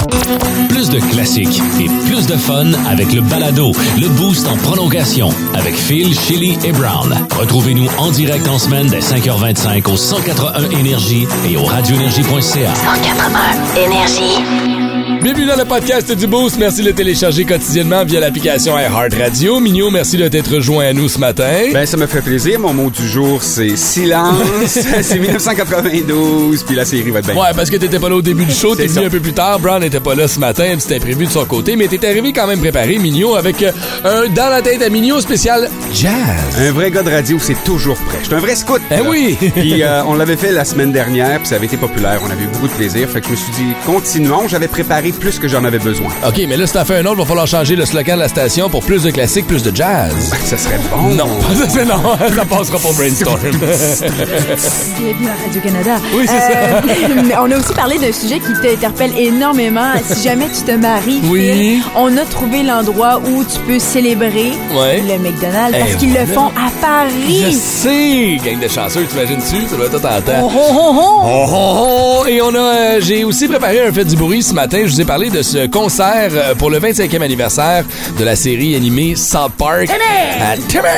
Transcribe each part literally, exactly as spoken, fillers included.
Plus de classiques et plus de fun avec le balado, le Boost en prolongation avec Phil, Chili et Brown. Retrouvez-nous en direct en semaine dès cinq heures vingt-cinq au cent quatre-vingts Énergie et au radio énergie point c a. cent quatre-vingts Énergie. Bienvenue dans le podcast du Boost. Merci de le télécharger quotidiennement via l'application iHeartRadio. Mignot, merci de t'être rejoint à nous ce matin. Ben, ça me fait plaisir. Mon mot du jour, c'est silence. C'est dix-neuf cent quatre-vingt-douze, puis la série va être bien. Ouais, parce que t'étais pas là au début du show, t'es C'est venu ça. un peu plus tard. Brown n'était pas là ce matin, puis c'était prévu de son côté, mais t'étais arrivé quand même préparé, Mignot, avec euh, un dans la tête à Mignot spécial jazz. Un vrai gars de radio, c'est toujours prêt. Je suis un vrai scout. Eh là. oui! Puis euh, on l'avait fait la semaine dernière, puis ça avait été populaire. On avait eu beaucoup de plaisir. Fait que je me suis dit, continuons. J'avais préparé plus que j'en avais besoin. OK, mais là, si t'en fais un autre, il va falloir changer le slogan de la station pour plus de classiques, plus de jazz. Ben, ça serait bon. Non, ça, c'est non, ça passera pour Brainstorm. Bienvenue à Radio-Canada. Oui, c'est Euh, mais on a aussi parlé d'un sujet qui t'interpelle énormément. Si jamais tu te maries, Oui. Phil, on a trouvé l'endroit où tu peux célébrer Ouais. le McDonald's Eh, parce qu'ils voilà. le font à Je Paris. sais! Gang de chanceux, t'imagines-tu? Ça doit être tentant. Oh, oh, oh, oh. Oh, oh, oh. Et on a, euh, j'ai aussi préparé un fait du bruit ce matin. Je vous ai parlé de ce concert euh, pour le vingt-cinquième anniversaire de la série animée South Park. À Timmy!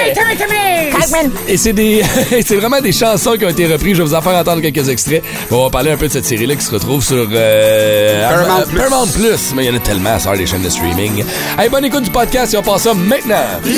Et c'est des, c'est vraiment des chansons qui ont été reprises. Je vais vous en faire entendre quelques extraits. On va parler un peu de cette série-là qui se retrouve sur euh, Paramount euh, Plus. Paramount Plus. Mais il y en a tellement, ça, les chaînes de streaming. Hey, bonne écoute du podcast et on passe ça maintenant.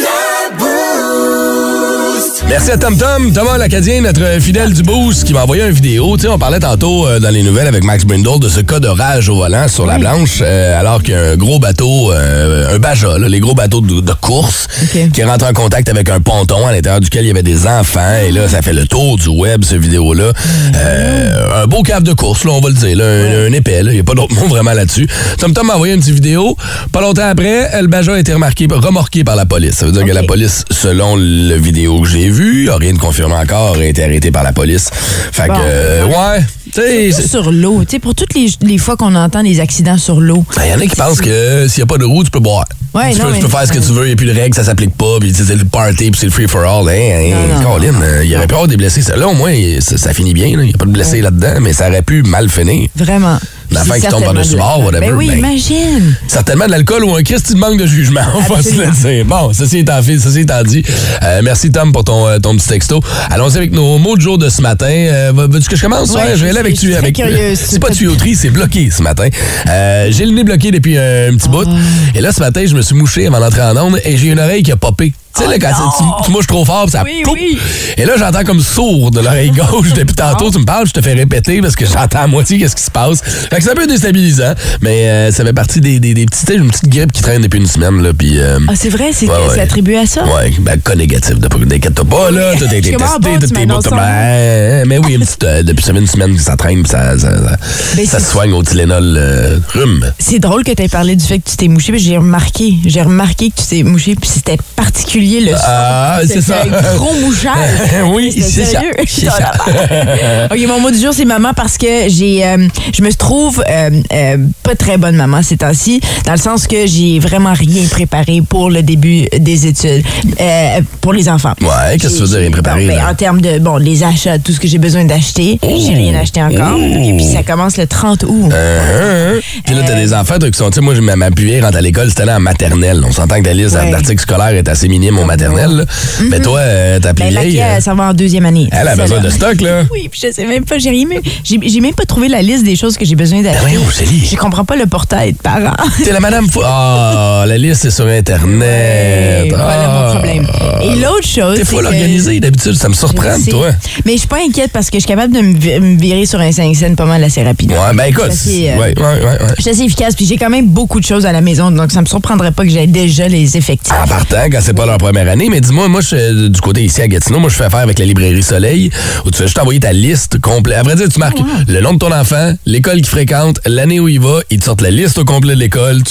Merci à Tom Tom, Thomas l'Acadien, notre fidèle du Boost, qui m'a envoyé une vidéo. Tu sais, on parlait tantôt euh, dans les nouvelles avec Max Brindle de ce cas de rage au volant sur la Blanche, euh, alors qu'un gros bateau, euh, un Baja, là, les gros bateaux de, de course, OK. qui rentre en contact avec un ponton à l'intérieur duquel il y avait des enfants. Et là, ça fait le tour du web, cette vidéo-là. Euh, un beau cave de course, là, on va le dire. Là, un, un épais, là. Il n'y a pas d'autre mot vraiment là-dessus. Tom Tom m'a envoyé une petite vidéo. Pas longtemps après, le Baja a été remarqué, remorqué par la police. Ça veut dire OK. que la police, selon le vidéo que j'ai vue, a rien de confirmé encore, a été arrêté par la police. Fait Bon. que, euh, ouais, tu sais... c'est- Sur l'eau, tu sais, pour toutes les, les fois qu'on entend des accidents sur l'eau. Il y en a qui pensent que s'il n'y a pas de roue, tu peux boire. Ouais, tu, non, peux, tu mais- peux faire ce que tu veux, il n'y a plus de règles, ça s'applique pas, puis tu sais, c'est le party, puis c'est le free-for-all. Hein, hein, Non, non, Colin, non. euh, il y aurait pu avoir des blessés. Là, au moins, ça, ça finit bien. Il n'y a pas de blessés là-dedans, mais ça aurait pu mal finir. Vraiment. L'affaire C'est qui tombe certainement par-dessus de bord, la- whatever, Ben oui, ben- imagine. Certainement de l'alcool ou un Christy de manque de jugement, on va se le Absolument. dire. Bon, ceci étant fait, ceci étant dit, euh, merci Tom pour ton, euh, ton petit texto. Allons-y avec nos mots de jour de ce matin. Euh, veux-tu que je commence? Ouais, Ouais, je vais aller je avec suis tu. très Avec, curieuse. c'est pas tuyauterie, c'est bloqué ce matin. Euh, j'ai le nez bloqué depuis un petit bout. Et là, ce matin, je me suis mouché avant d'entrer en onde et j'ai une oreille qui a popé. Tu sais, là, quand non! tu, tu mouches trop fort, ça Oui, poup. oui. Et là, j'entends comme sourd de l'oreille gauche. Depuis tantôt, tu me parles, je te fais répéter parce que j'entends à moitié qu'est-ce qui se passe. Fait que c'est un peu déstabilisant, mais euh, ça fait partie des, des, des petits, tu sais, une petite grippe qui traîne depuis une semaine, là, puis... Euh, Ah, c'est vrai, c'est Ouais, ouais. c'est attribué à ça? ouais, ben, cas négatif, de pas t'inquiète pas, là, tout a été Je comprends testé, pas, tout tu est m'annonces beau, ça. ben, mais oui, une petite, euh, depuis ça fait une semaine que ça traîne, puis ça, ça, ça, Ben, ça c'est- se soigne au Tylenol euh, rhume. C'est drôle que tu aies parlé du fait que tu t'es mouché, puis j'ai remarqué, j'ai remarqué que tu t'es mouché, puis c'était particulier le son. Ah, c'est C'était ça. un gros mouchage. Oui, C'était c'est ça. sérieux. C'est ça. OK, mon mot du jour, c'est maman parce que j'ai, euh, je me trouve euh, euh, pas très bonne maman ces temps-ci, dans le sens que j'ai vraiment rien préparé pour le début des études, euh, pour les enfants. Ouais, qu'est-ce que tu veux dire, rien préparé, Bon, ben, là? en termes de, bon, les achats, tout ce que j'ai besoin d'acheter, j'ai rien acheté encore. Et puis ça commence le trente août. Euh, Puis là, t'as des enfants toi, qui sont, tu sais, moi, ma, ma plus vieille rentre à l'école, c'était là en maternelle. On s'entend que ta liste Ouais. d'articles scolaires est assez minime au maternelle, là. Mais toi, euh, ta plus Ben, vieille... Maquia, euh, ça va en deuxième année. elle a C'est besoin ça, de là. stock, là. Oui, puis je sais même pas, j'ai rien mis. J'ai j'ai même pas trouvé la liste des choses que j'ai besoin d'acheter. Ben voyons, Célie. Je comprends pas le portail de parents. T'es la madame... Fou- Ah, la liste est sur Internet. Et voilà Ah. mon problème. Et l'autre chose. T'es c'est full que- organisé, d'habitude, ça me surprend, Je sais. toi. Mais je suis pas inquiète parce que je suis capable de me vi- me virer sur un cinq cents pas mal assez rapidement. Ouais, ben écoute, Je suis assez, euh, ouais, ouais, ouais, ouais. Je suis assez efficace, puis j'ai quand même beaucoup de choses à la maison, donc ça me surprendrait pas que j'aie déjà les effectifs. En partant, quand c'est pas leur première année, mais dis-moi, moi, je suis du côté ici à Gatineau, moi, je fais affaire avec la librairie Soleil, où tu fais juste envoyer ta liste complète. À vrai dire, tu marques le nom de ton enfant, l'école qu'il fréquente, l'année où il va, ils te sortent la liste au complet de l'école, tu fais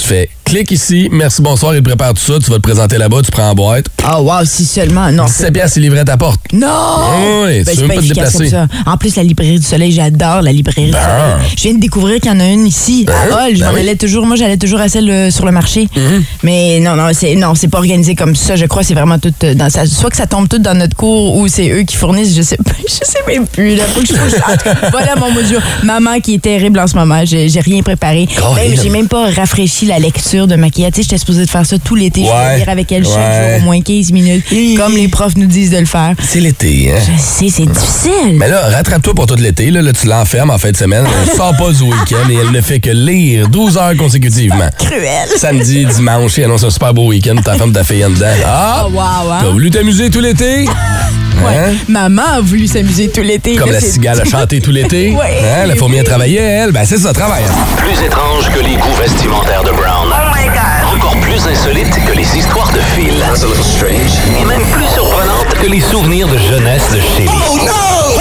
clique ici, merci, bonsoir, il te prépare tout ça, tu vas te présenter là-bas, tu prends en boîte. Ah, oh, wow, si seulement. Non. dix-sept piastres, c'est livré à ta porte. Non! Oui, ben, tu veux pas pas te efficace déplacer. comme ça. En plus, la librairie du Soleil, j'adore la librairie Ben. du Soleil. Je viens de découvrir qu'il y en a une ici, Ben. à Hall. Je Ben m'en oui. allais toujours, moi, j'allais toujours à celle euh, sur le marché. Mm-hmm. Mais non, non, c'est non, c'est pas organisé comme ça. Je crois que c'est vraiment tout euh, dans ça. Soit que ça tombe tout dans notre cours ou c'est eux qui fournissent, je sais pas, je sais même plus. Là, faut que je fasse ça. Voilà mon mot dur. Maman qui est terrible en ce moment. J'ai, j'ai rien préparé. Oh, Même, rien. j'ai même pas rafraîchi la lecture de maquillage. Tu sais, j'étais supposée de faire ça tout l'été. Je Ouais. vais lire avec elle chaque Ouais. jour au moins quinze minutes, Hi. comme les profs nous disent de le faire. C'est l'été, hein? Je sais, c'est difficile. Mais là, rattrape-toi pour tout l'été. Là, là, tu l'enfermes en fin de semaine. Elle sort pas du week-end et elle ne fait que lire douze heures consécutivement. Cruel. Samedi, dimanche, elle annonce un super beau week-end. Ta femme ta fille en dedans. Ah! Oh, wow, hein? T'as voulu t'amuser tout l'été? Ouais. Hein? Maman a voulu s'amuser tout l'été. Comme Là, la c'est- cigale a chanté tout l'été. Ouais. Hein? La fourmi a travaillé, elle. Ben, c'est ça, travaille. Plus étrange que les goûts vestimentaires de Brown. Oh my God. Encore plus insolite que les histoires de Phil. That's a little strange. Et même plus surprenante que les souvenirs de jeunesse de Shelly. Oh no!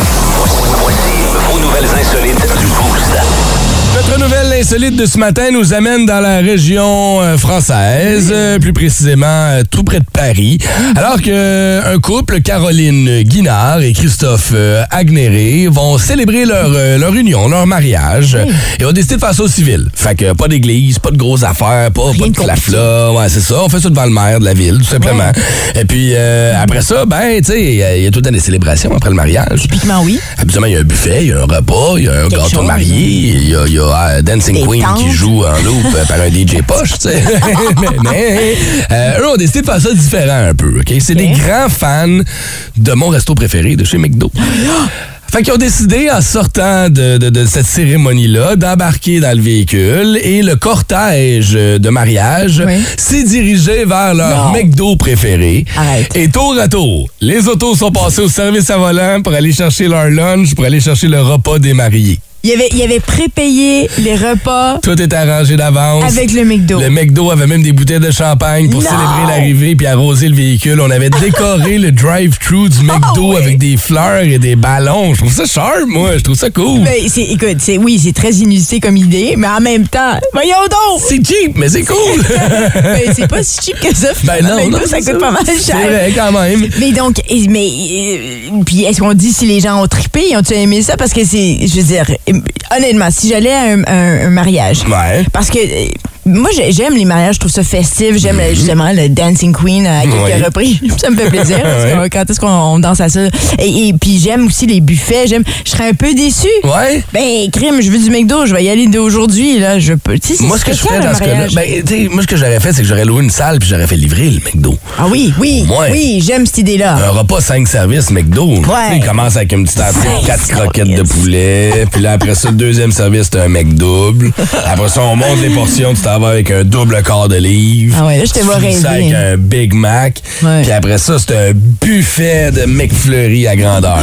Voici vos nouvelles insolites du Boost. Notre nouvelle insolite de ce matin nous amène dans la région euh, française, euh, plus précisément euh, tout près de Paris. Alors que euh, un couple, Caroline Guinard et Christophe euh, Agnéré, vont célébrer leur, euh, leur union, leur mariage, euh, et ont décidé de faire ça au civil. Fait que pas d'église, pas de grosses affaires, pas, pas Rien de de compliqué. clafla. Ouais, c'est ça. On fait ça devant le maire de la ville, tout simplement. Et puis euh, après ça, ben, tu sais, il y, a- il y a tout le temps des célébrations après le mariage. Typiquement, oui. Habituellement, il y a un buffet, il y a un repas, il y a un Quelque gâteau chose, marié, il y a, il y a euh, Dancing Des Queen tantes. qui joue en loop euh, par un D J poche, tu sais. mais mais euh, eux ont décidé de faire ça différent un peu, OK? C'est Ok. des grands fans de mon resto préféré, de chez McDo. Fait qu'ils ont décidé, en sortant de, de, de cette cérémonie-là, d'embarquer dans le véhicule et le cortège de mariage Oui. s'est dirigé vers leur Non. McDo préféré. Arrête. Et tour à tour, les autos sont passées au service à volant pour aller chercher leur lunch, pour aller chercher le repas des mariés. Il avait, il avait prépayé les repas Tout est arrangé d'avance. avec le McDo. Le McDo avait même des bouteilles de champagne pour Non! célébrer l'arrivée puis arroser le véhicule. On avait décoré le drive-thru du McDo Oh, oui. avec des fleurs et des ballons. Je trouve ça sharp, moi. Je trouve ça cool. Ben, c'est, écoute, c'est, oui, c'est très inusité comme idée, mais en même temps, voyons donc! C'est cheap, mais c'est cool. Ben, c'est pas si cheap que ça. ben finalement. non, McDo, non, ça c'est coûte pas mal C'est cher. vrai, quand même. Mais donc, et- mais, euh, puis est-ce qu'on dit si les gens ont trippé, ils ont-tu aimé ça? Parce que c'est, je veux dire, euh, honnêtement, si j'allais à un, un- un mariage, Ouais. parce que euh, moi, j'ai- j'aime les mariages, je trouve ça festif, j'aime le- justement le Dancing Queen à quelques Oui. reprises, ça me fait plaisir, parce que Ouais. quand est-ce qu'on danse à ça? Et, et puis j'aime aussi les buffets, j'aime, je serais un peu déçue. Ouais. Ben, crime, je veux du McDo, je vais y aller d'aujourd'hui, là, je peux, tu sais, c'est Moi, ce que je spécial, ferais dans un ce cas-là, mariage. ben, tu sais, moi, ce que j'aurais fait, c'est que j'aurais loué une salle puis j'aurais fait livrer le McDo. Ah oui, oui, Au moins. oui, j'aime cette idée-là. Un repas cinq services McDo. Tu sais, il commence avec une petite entrée, Cinq quatre croquettes de services. poulet. Puis là, après ça, le deuxième service, c'est un McDouble. Après ça, on monte les portions, tu t'en vas avec un double quart de livre. Ah ouais, là, je te Tu vois finis ça rêver. avec un Big Mac. Ouais. Puis après ça, c'est un buffet de McFlurry à grandeur.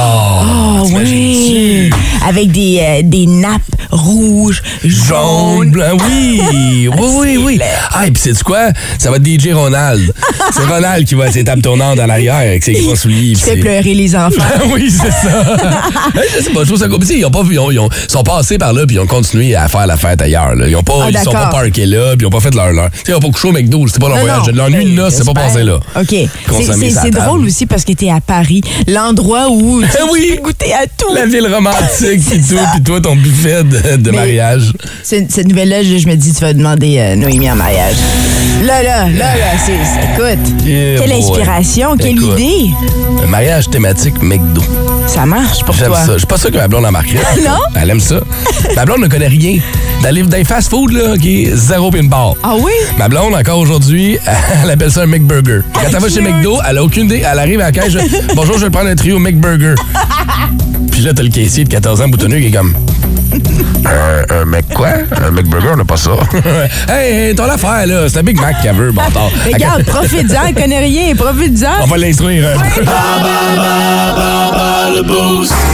Oh, Oh, t'imagines-tu? oui. Avec des, euh, des nappes rouges, Jaune, jaunes. blanc, oui, oui, oui, oui. Ah, et puis c'est quoi? Ça va être D J Ronald. C'est Ronald qui va à ses tables tournantes en arrière avec ses gros souliers. Qui puis fait ses- pleurer les enfants. oui, c'est ça. Ben, je sais pas, je trouve ça cool. Tu sais, Ils, ont pas, ils, ont, ils ont- sont passés par là puis ils ont continué à faire la fête ailleurs. Là. Ils ont pas, Ah, ils sont pas d'accord. parkés là puis ils ont pas fait leur leur. Tu sais, ils ont pas couché au McDo, c'était pas leur Non, voyage. non. Leur nuit de Ben, noces, c'est pas j'espère. passé là. OK. C'est- Consommer C'est sa c'est table. drôle aussi parce que t'es à Paris, l'endroit où tu Ah oui. peux goûter à tout. La ville romantique puis tout, puis toi ton buffet de, de Mais- mariage. Cette, cette nouvelle-là, je, je me dis, tu vas demander euh, Noémie en mariage. Là, là, là, là, c'est, c'est- écoute, Yeah, quelle boy. inspiration, quelle Écoute. idée. Un mariage thématique McDo. Ça marche pour J'aime toi. ça. Je suis pas sûr que ma blonde en marquerait. Non? Elle aime ça. Ma blonde ne connaît rien. Dans les, dans les fast-food, là, OK, zéro pis une barre. Ah oui? Ma blonde, encore aujourd'hui, elle appelle ça un McBurger. Quand elle va chez cute. McDo, elle a aucune idée. Elle arrive à la caisse, je- bonjour, je vais prendre un trio McBurger. Puis là, t'as le caissier de quatorze ans boutonneux qui est comme... Un, un Mc quoi? Un McBurger, on n'a pas ça. hey, hey, ton affaire, là, c'est un Big Mac qu'elle veut, bâtard. Regarde, profite-en, elle connaît rien, profite-en. On va l'instruire un peu.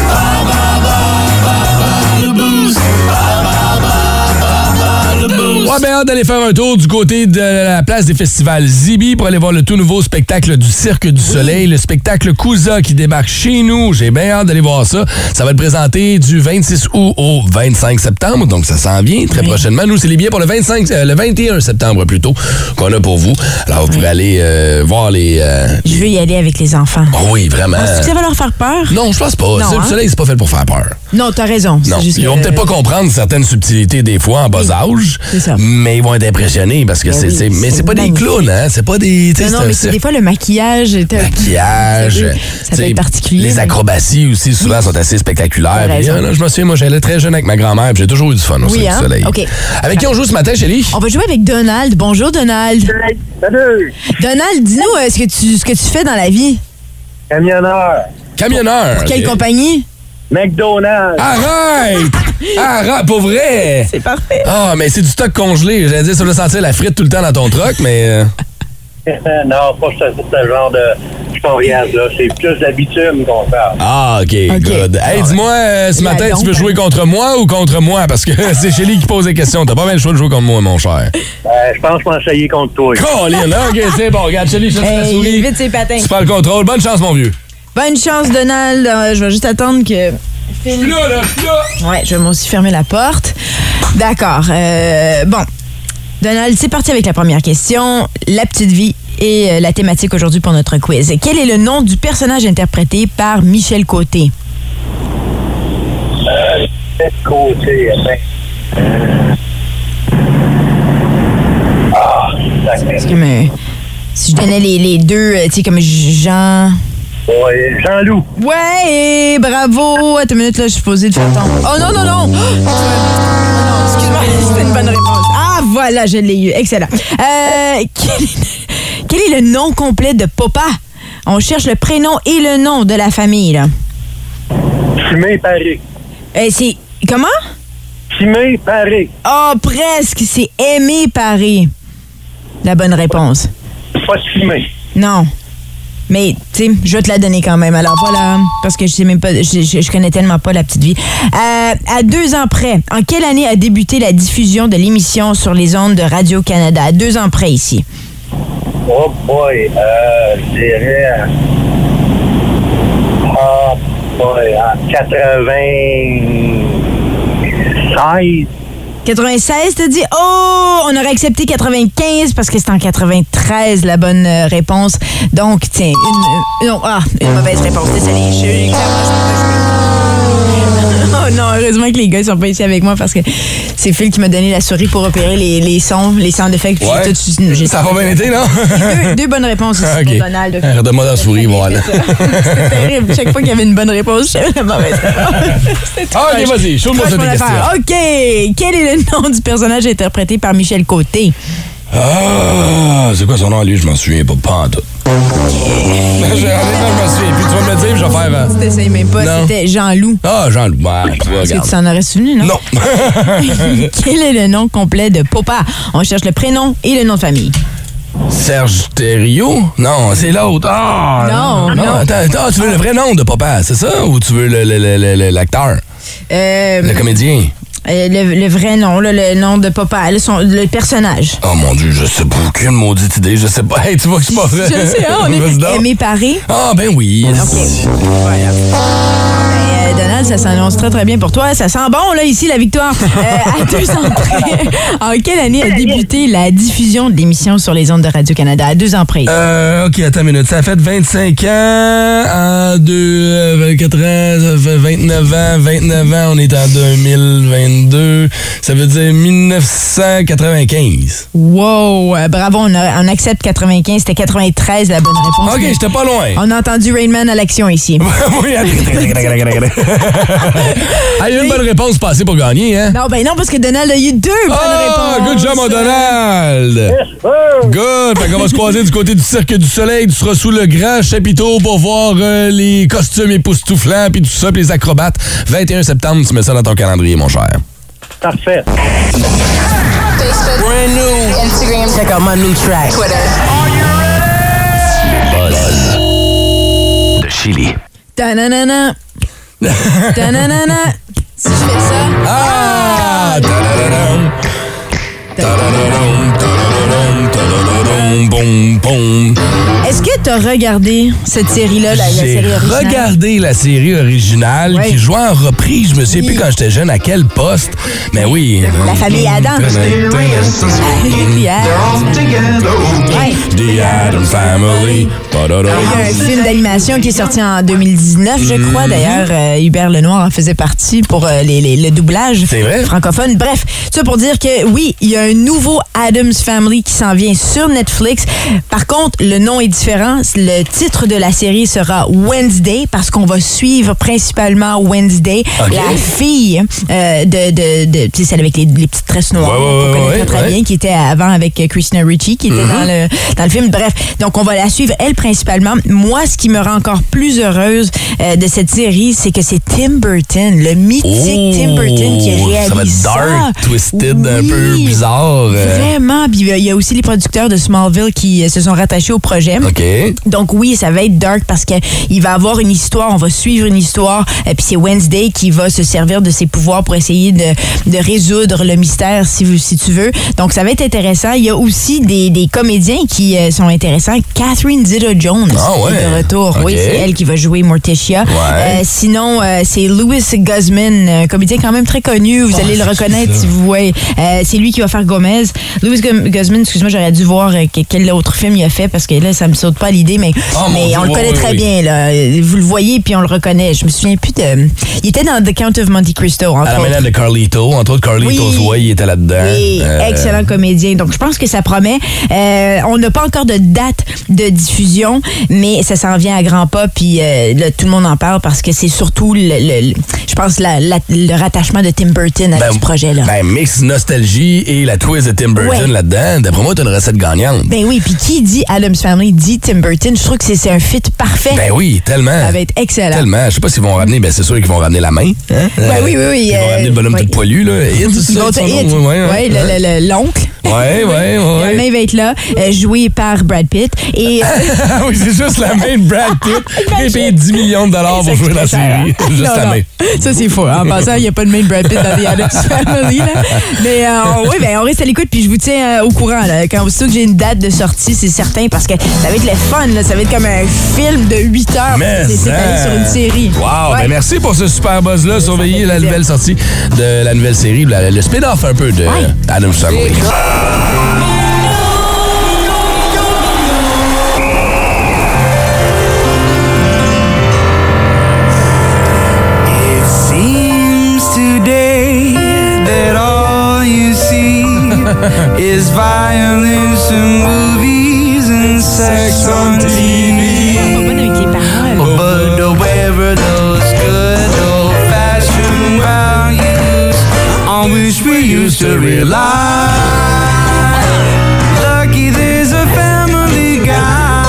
Ouais, Ah, ben, hâte d'aller faire un tour du côté de la place des festivals Zibi pour aller voir le tout nouveau spectacle du Cirque du Soleil, oui. Le spectacle Kouza qui débarque chez nous. J'ai bien hâte d'aller voir ça. Ça va être présenté du vingt-six août au vingt-cinq septembre, donc ça s'en vient très oui. prochainement. Nous, c'est les billets pour le vingt-cinq, euh, le vingt et un septembre plutôt, qu'on a pour vous. Alors, vous oui. pourrez aller euh, voir les... Euh, je veux y aller avec les enfants. Oh oui, vraiment. Est-ce que ça va leur faire peur? Non, je pense pas. Non, Cirque du hein? Soleil, c'est pas fait pour faire peur. Non, t'as raison. Non, juste ils que... vont peut-être pas comprendre certaines subtilités des fois en bas oui. âge, c'est ça. mais ils vont être impressionnés parce que mais c'est, oui, c'est, mais c'est, c'est pas magnifique. Des clowns, hein? C'est pas des... Non, non, mais c'est des fois le maquillage... Maquillage. Ça peut être particulier. Les mais... acrobaties aussi, souvent, oui. sont assez spectaculaires. Et, là, je me souviens, moi, j'allais très jeune avec ma grand-mère, puis j'ai toujours eu du fun au oui, Cirque hein? du Soleil. Okay. Avec qui on joue ce matin, Chélie? On va jouer avec Donald. Bonjour, Donald. Salut. Donald, dis-nous euh, ce, que tu, ce que tu fais dans la vie. Camionneur. Camionneur. Pour quelle okay. compagnie? McDonald's. Arrête! Arrête, pour vrai! C'est parfait. Ah, mais c'est du stock congelé. J'allais dire, ça doit sentir la frite tout le temps dans ton truck, mais... non, pas ce, ce genre de là. C'est plus d'habitude qu'on parle. Ah, OK, okay. good. Hey, dis-moi, euh, ce matin, tu veux jouer contre moi ou contre moi? Parce que c'est Chélie qui pose des questions. T'as pas bien le choix de jouer contre moi, mon cher. Euh, je pense que je vais essayer contre toi. Colin, OK, c'est bon. Regarde, Chélie, je te hey, la souris. Vite ses patins. Tu prends le contrôle. Bonne chance, mon vieux. Bonne chance, Donald. Euh, je vais juste attendre que... Je suis là, là, je suis là. Ouais, je vais aussi fermer la porte. D'accord. Euh, bon. Donald, c'est parti avec la première question. La petite vie est euh, la thématique aujourd'hui pour notre quiz. Quel est le nom du personnage interprété par Michel Côté? Euh, Michel Côté, eh Ah, c'est comme, euh, si je donnais les, les deux, tu sais, comme Jean... Ouais, Jean-Loup. Ouais, bravo. Attends une minute, là, je suis posée de faire ton... Oh non, non, non. Oh, non, excuse-moi, c'était une bonne réponse. Ah, voilà, je l'ai eu. Excellent. Euh, quel, est, quel est le nom complet de Papa? On cherche le prénom et le nom de la famille, là. Simé Paré. Euh, c'est... Comment? Simé Paré. Oh, presque. C'est Aimé Paré. La bonne réponse. Pas Simé. Non. Mais, tu sais, je vais te la donner quand même. Alors voilà, parce que je sais même pas, je, je, je connais tellement pas la petite vie. Euh, à deux ans près, en quelle année a débuté la diffusion de l'émission sur les ondes de Radio-Canada? À deux ans près, ici. Oh boy, euh, je dirais... Oh boy, en quatre-vingt-seize. quatre-vingt-seize, t'as dit? Oh, on aurait accepté quatre-vingt-quinze parce que c'est en quatre-vingt-treize la bonne euh, réponse. Donc, tiens, une, euh, non, ah, une mauvaise réponse. Désolé, je suis Oh non, heureusement que les gars sont pas ici avec moi parce que c'est Phil qui m'a donné la souris pour opérer les, les sons, les sound effects. Ouais. J'ai tout, j'ai ça a pas bien été, non? deux, deux bonnes réponses aussi okay. pour Donald. Redonne-moi la souris, voilà. C'était terrible. Chaque fois qu'il y avait une bonne réponse, j'avais la mauvaise réponse. Ah, ok, vas-y, chaud-moi cette question. OK. Quel est le nom du personnage interprété par Michel Côté? Ah, c'est quoi son nom, lui? Je m'en souviens pas, pas en tout. Honnêtement, je m'en souviens. Puis tu vas me le dire, je vais faire... Euh... Tu t'essayes même pas, non. C'était Jean-Loup. Ah, Jean-Loup. Ouais, tu vois, Est-ce que tu t'en aurais souvenu, non? Non. Quel est le nom complet de Papa? On cherche le prénom et le nom de famille. Serge Thériault? Non, c'est l'autre. Ah! Non, non. non. Attends, attends, tu veux le vrai nom de Papa, c'est ça? Ou tu veux le, le, le, le, l'acteur? Euh... Le comédien? Euh, le, le vrai nom, là, le nom de Papa, là, son, le personnage. Oh mon Dieu, je sais pas, aucune maudite idée, je sais pas. Hey, tu vois que c'est pas vrai. Je sais, hein, on est Aimé Paré. Ah, ben oui. OK. Voilà. Ben, euh, Donald, ça s'annonce très, très bien pour toi. Ça sent bon, là, ici, la victoire. Euh, à deux ans près. En quelle année a débuté la diffusion de l'émission sur les ondes de Radio-Canada? À deux ans près. Euh, OK, attends une minute. Ça a fait vingt-cinq ans, en deux, vingt-quatre ans, ça fait vingt-neuf ans, vingt-neuf ans, on est en deux mille vingt-deux. Ça veut dire dix-neuf cent quatre-vingt-quinze. Wow! Euh, bravo, on, a, on accepte quatre-vingt-quinze. C'était quatre-vingt-treize, la bonne réponse. OK, j'étais pas loin. On a entendu Rain Man à l'action ici. Oui, ah, il y a une bonne réponse passée pour gagner, hein? Non, ben non, parce que Donald a eu deux bonnes oh, réponses. Good job, mon Donald! Good! Fait qu'on va se croiser du côté du Cirque du Soleil. Tu seras sous le grand chapiteau pour voir euh, les costumes époustouflants puis tout ça, puis les acrobates. vingt et un septembre, tu mets ça dans ton calendrier, mon cher. Parfait. Facebook. Brand new. Instagram. Check out my new track. Twitter. Are you ready? Buzz de Chili. Ta-na-na-na. Ta-na-na-na. Si je fais ça. Ah! Ta-da-da-da. Ta-da-da. Pom, pom. Est-ce que tu as regardé cette série-là, la, la J'ai série originale? regardé la série originale Ouais. qui jouait en reprise. Je me souviens Oui. plus quand j'étais jeune à quel poste. Mais oui. La famille Adam. Ouais. The Adam Family. Il y a un film d'animation qui est sorti en deux mille dix-neuf, je crois. Mm-hmm. D'ailleurs, euh, Hubert Lenoir en faisait partie pour euh, les, les- le doublage C'est vrai? francophone. Bref, ça pour dire que oui, il y a un nouveau Addams Family qui s'en vient sur Netflix. Par contre, le nom est différent. Le titre de la série sera Wednesday parce qu'on va suivre principalement Wednesday, Ok. la fille euh, de, de, de tu sais, celle avec les, les petites tresses noires Ouais, ouais, qu'on ouais, connaît ouais, très, très ouais. bien, qui était avant avec euh, Christina Ricci, qui était Mm-hmm. dans, le, dans le film. Bref, donc on va la suivre, elle, principalement. Moi, ce qui me rend encore plus heureuse euh, de cette série, c'est que c'est Tim Burton, le mythique Oh, Tim Burton qui réalise ça va être dark, ça. twisted, un Oui, peu bizarre. euh. Vraiment. Puis il y a aussi les producteurs de Smallville qui euh, se sont rattachés au projet. OK. Donc oui, ça va être dark parce que il va avoir une histoire, on va suivre une histoire, et puis c'est Wednesday qui va se servir de ses pouvoirs pour essayer de, de résoudre le mystère, si, vous, si tu veux. Donc ça va être intéressant. Il y a aussi des, des comédiens qui euh, sont intéressants. Catherine Zeta-Jones Ah ouais. est de retour. Ok. Oui, c'est elle qui va jouer Morticia. Ouais. Euh, sinon, euh, c'est Louis Guzman, un comédien quand même très connu. Vous Oh, allez le c'est reconnaître ça. si vous voyez. Euh, c'est lui qui va faire Gomez. Louis Gu- Guzman, excuse-moi, j'aurais dû voir euh, que- quel autre film il a fait parce que là, ça me saute pas à l'idée, mais, Oh, mon mais Dieu, on le oui, connaît oui, très oui. bien. Là. Vous le voyez puis on le reconnaît. Je me souviens plus de... Il était dans The Count of Monte Cristo, entre À la autres. manière de Carlito, entre autres Carlitos Oui. Way, il était là-dedans. Oui, Euh, excellent comédien. Donc, je pense que ça promet. Euh, on n'a pas encore de date de diffusion, mais ça s'en vient à grands pas. Puis euh, là, tout le monde en parle parce que c'est surtout, le, le- le- je pense, la- la- le rattachement de Tim Burton à Ben, ce projet-là. Ben, mix nostalgie et la twist de Tim Burton Ouais. là-dedans. D'après moi, t'as une recette gagnante. Ben oui, puis qui dit Addams Family dit Tim Burton. Je trouve que c'est c'est un fit parfait. Ben oui, tellement. Ça va être excellent. Tellement. Je sais pas s'ils vont ramener, ben c'est sûr qu'ils vont ramener la main. Hein? Ben oui, oui, oui, Ils vont euh, ramener le bonhomme oui. tout poilu, là. Hit, c'est Ils ça, vont te son hit. nom? Ouais, ouais, Ouais, le- ouais. le- le- l'oncle. Ouais, ouais, ouais. La main va être là, euh, joué par Brad Pitt. Et Ah oui, c'est juste la main de Brad Pitt. Il a payé dix millions de dollars pour jouer dans la série. Juste Non, la non. main. Ça, c'est faux. En passant, il n'y a pas de main de Brad Pitt dans The Addams Family. Là. Mais euh, oui, ben, on reste à l'écoute puis je vous tiens euh, au courant. Là. Quand aussitôt que j'ai une date de sortie, c'est certain parce que ça va être le fun. Là. Ça va être comme un film de huit heures. Mais C'est c'est ça. allé sur une série. Wow, Ouais. ben merci pour ce super buzz-là. Surveillez fait la plaisir. nouvelle sortie de la nouvelle série, la- le spin-off un peu de Ouais. Addams Family. Seems today that all you see is violence and movies and sex on T Pas V. bonne avec les paroles. But wherever those good old-fashioned values on which we used to rely, lucky there's a family guy.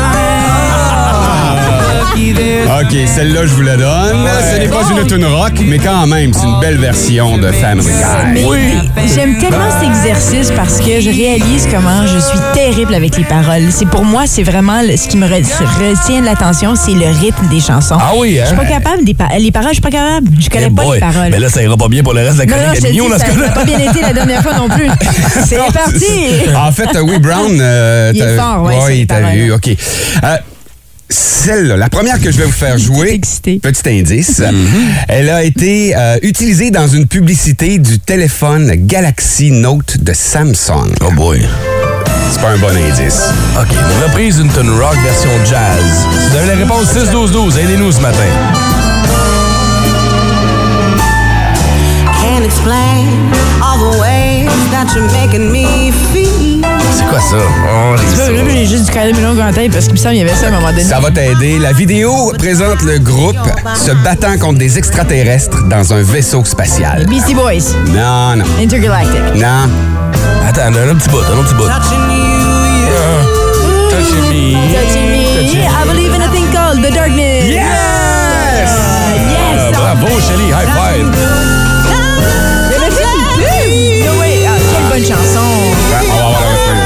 Lucky there's OK, celle-là, je vous la donne. Ce n'est pas une tune rock, mais quand même, c'est une belle version de Family Mais Guy. j'aime tellement cet exercice parce que je réalise comment je suis terrible avec les paroles. C'est pour moi, c'est vraiment le- ce qui me re- retient de l'attention, c'est le rythme des chansons. Ah oui, hein? Je suis pas capable des pa- les paroles, je suis pas capable. Je connais Eh pas boy. les paroles. Mais là, ça ira pas bien pour le reste de la non, non, chronique je à te dis, Mignon, dans ce ça n'a cas-là. pas bien été la dernière fois non plus. C'est Non, parti! c'est- En fait, euh, oui, Brown... euh, Il est t'as- fort, ouais, c'est les t'as paroles. vu, OK. Euh, Celle-là, la première que je vais vous faire jouer, excité. petit indice, elle a été euh, utilisée dans une publicité du téléphone Galaxy Note de Samsung. Oh boy. C'est pas un bon indice. OK, une reprise d'une tune rock version jazz. Si vous avez la réponse six douze douze, aidez-nous ce matin. Can't explain all the ways that you're making me feel. C'est quoi ça? Oh, Tu vois, là, j'ai juste du Kylie Minogue en tête parce qu'il me semble qu'il y avait ça à un moment donné. Ça va t'aider. La vidéo présente le groupe se battant contre des extraterrestres dans un vaisseau spatial. Beastie Boys, Non, non, Intergalactic. non. Attends, un petit bout, un petit bout. Touching you, yeah. Touching me. Touching me, I believe in a thing called the darkness. Yes! Yes! Ah, bravo, Shelly, high five. Il avait fait une pub! No way. Ah, quelle bonne chanson! Ouais, on va voir un peu.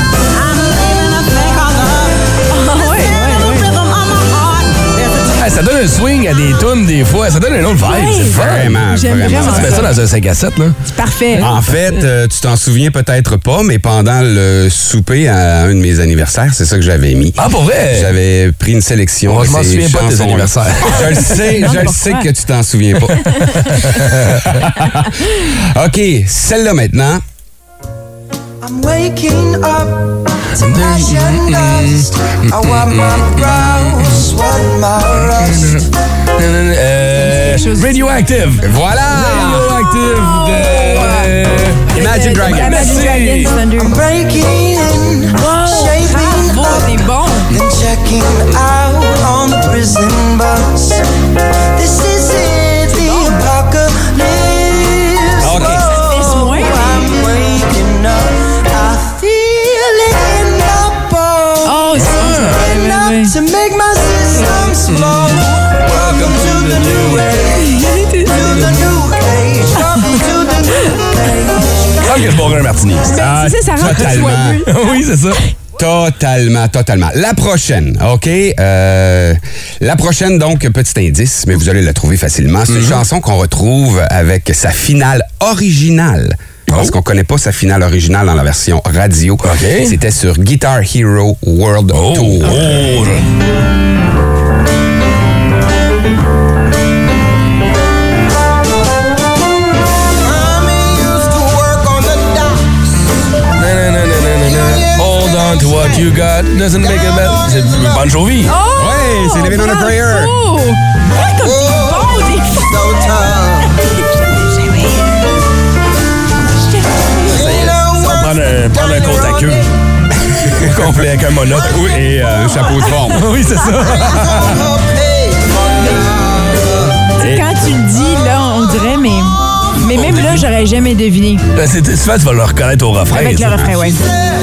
Ah, ouais, ouais, ouais. Ah, ça donne donne un swing à des tunes des fois. Ça donne un autre vibe. Ouais. C'est fun. Vraiment, J'aime vraiment. vraiment Tu mets ça dans un cinq à sept, là. C'est parfait. En fait, euh, tu t'en souviens peut-être pas, mais pendant le souper à un de mes anniversaires, c'est ça que j'avais mis. Ah, pour vrai? J'avais pris une sélection. Moi, de je m'en ces souviens pas de tes chansons-là. anniversaires. Je le sais, Non, je le pourquoi? sais que tu t'en souviens pas. OK, celle-là maintenant. I'm waking up to passion dust. I wipe my brow, sweat my rust. Euh, Radioactive. Voilà! Radioactive de Imagine Dragons. Imagine Dragons, Thunder. I'm breaking in, shaping Bravo, up, c'est bon. and checking out on the prison bus. This is it, the apocalypse. OK. Laisse Oh, moins. I'm waking up. I feel it in my bones. Oh, c'est ça. Enough Ouais, ouais, to make my system slow. Welcome to the new age. To the new age. Welcome to the new age. Ah, que je boirais un martini. Ah, c'est ça, ça rend tout totalement. joyeux. Oui, c'est ça. Totalement, totalement. La prochaine, OK? Euh, la prochaine, donc, petit indice, mais vous allez la trouver facilement. C'est une chanson qu'on retrouve avec sa finale originale. Parce qu'on connaît pas sa finale originale dans la version radio. C'était sur Guitar Hero World Oh. Tour. Oh. Mommy used to work on the docks. Na, na, na, na, na, na. Hold on to what you got. Doesn't make it better. C'est Bon Jovi. Oh! Ouais, c'est Living on a Prayer. Oh! Ah, comme t'es bon, des fois. So tough. Prendre un, prendre un compte à queue. Complet avec un monocle. Oui, et euh, un chapeau de forme. Oui, c'est ça. Quand tu le dis, là, on dirait, mais. Mais même là, j'aurais jamais deviné. Ben, c'est- souvent, tu vas le reconnaître au refrain. Avec le ça. refrain, ouais.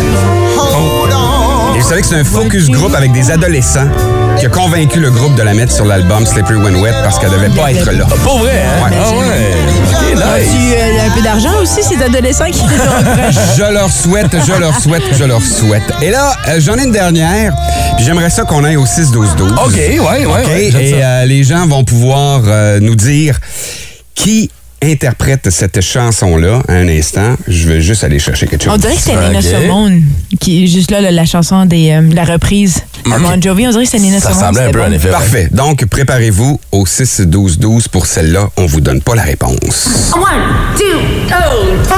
Et vous savez que c'est un focus group avec des adolescents qui a convaincu le groupe de la mettre sur l'album Slippery When Wet parce qu'elle devait pas être là. Pas vrai, hein? Ouais. Ah ouais. OK, nice. Tu as un peu d'argent aussi, ces adolescents qui te reprochent. Je leur souhaite, je leur souhaite, je leur souhaite. Et là, euh, j'en ai une dernière, puis j'aimerais ça qu'on aille au six douze douze. OK, ouais, ouais. OK, ouais, j'aime et ça. euh, les gens vont pouvoir euh, nous dire qui interprète cette chanson-là. Un instant, je vais juste aller chercher quelque chose. On dirait que c'était Nina Ok. Simone, qui juste là, la, la chanson des, euh, la reprise à Bon Jovi. On dirait que c'était Nina Ça Simone. ressemblait un c'était peu, bon. en effet. ouais. Parfait. Donc, préparez-vous au six douze douze pour celle-là. On vous donne pas la réponse. One, two, oh.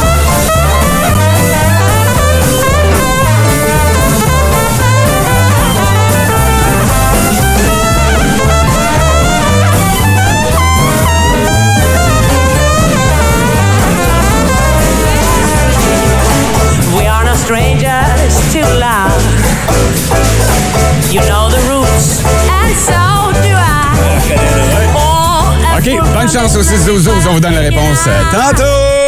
We are no strangers to love. You know the roots, and so do I. Oh, OK, bonne chance au six douze douze. On vous donne la réponse euh, tantôt.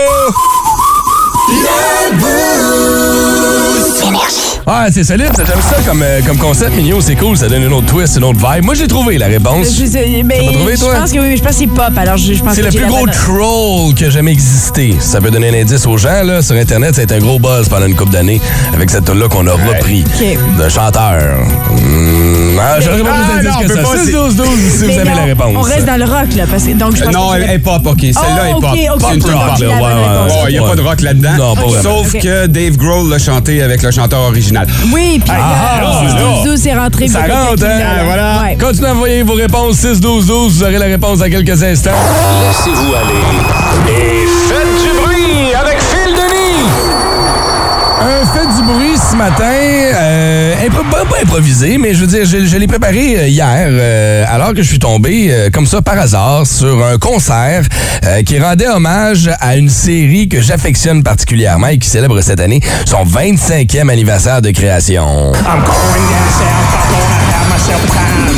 Ah, c'est solide. J'aime ça comme, euh, comme concept, Mignon. C'est cool. Ça donne une autre twist, une autre vibe. Moi, j'ai trouvé la réponse. Je sais, mais T'as pas trouvé, je toi? pense que oui, mais je pense que c'est pop. Alors, je, je pense C'est que le j'ai plus la gros bonne- troll qui a jamais existé. Ça peut donner un indice aux gens. Là. Sur Internet, ça a été un gros buzz pendant une couple d'années avec cette tune-là qu'on a repris OK. d'un chanteur. Mmh, ah, j'aurais pas Ah, plus non, d'indices on que peut ça. pas, six douze douze si Mais vous avez non, la réponse. On reste dans le rock, là. Parce que, donc, je pense Non, que elle est pop, OK. Celle-là Oh, est pop. OK, OK, C'est une OK, tune OK, pop. j'ai la Ouais, bonne ouais, réponse. Oh, il n'y a Ouais. pas de rock là-dedans. Non, pas vraiment. Sauf OK. que Dave Grohl l'a chanté avec le chanteur original. Oui, puis Ah, euh, six douze douze, c'est rentré. Ça peut-être rentre, qu'il- hein? euh, Voilà. ouais. Continuez à envoyer vos réponses six douze douze. Vous aurez la réponse dans quelques instants. Laissez-vous aller et faites du bruit avec Phil Denis. Un fait du bruit ce matin, euh, impro- pas, pas improvisé, mais je veux dire, je, je l'ai préparé euh, hier, euh, alors que je suis tombé, euh, comme ça, par hasard, sur un concert euh, qui rendait hommage à une série que j'affectionne particulièrement et qui célèbre cette année son vingt-cinquième anniversaire de création. I'm going down south, I'm gonna have myself a time.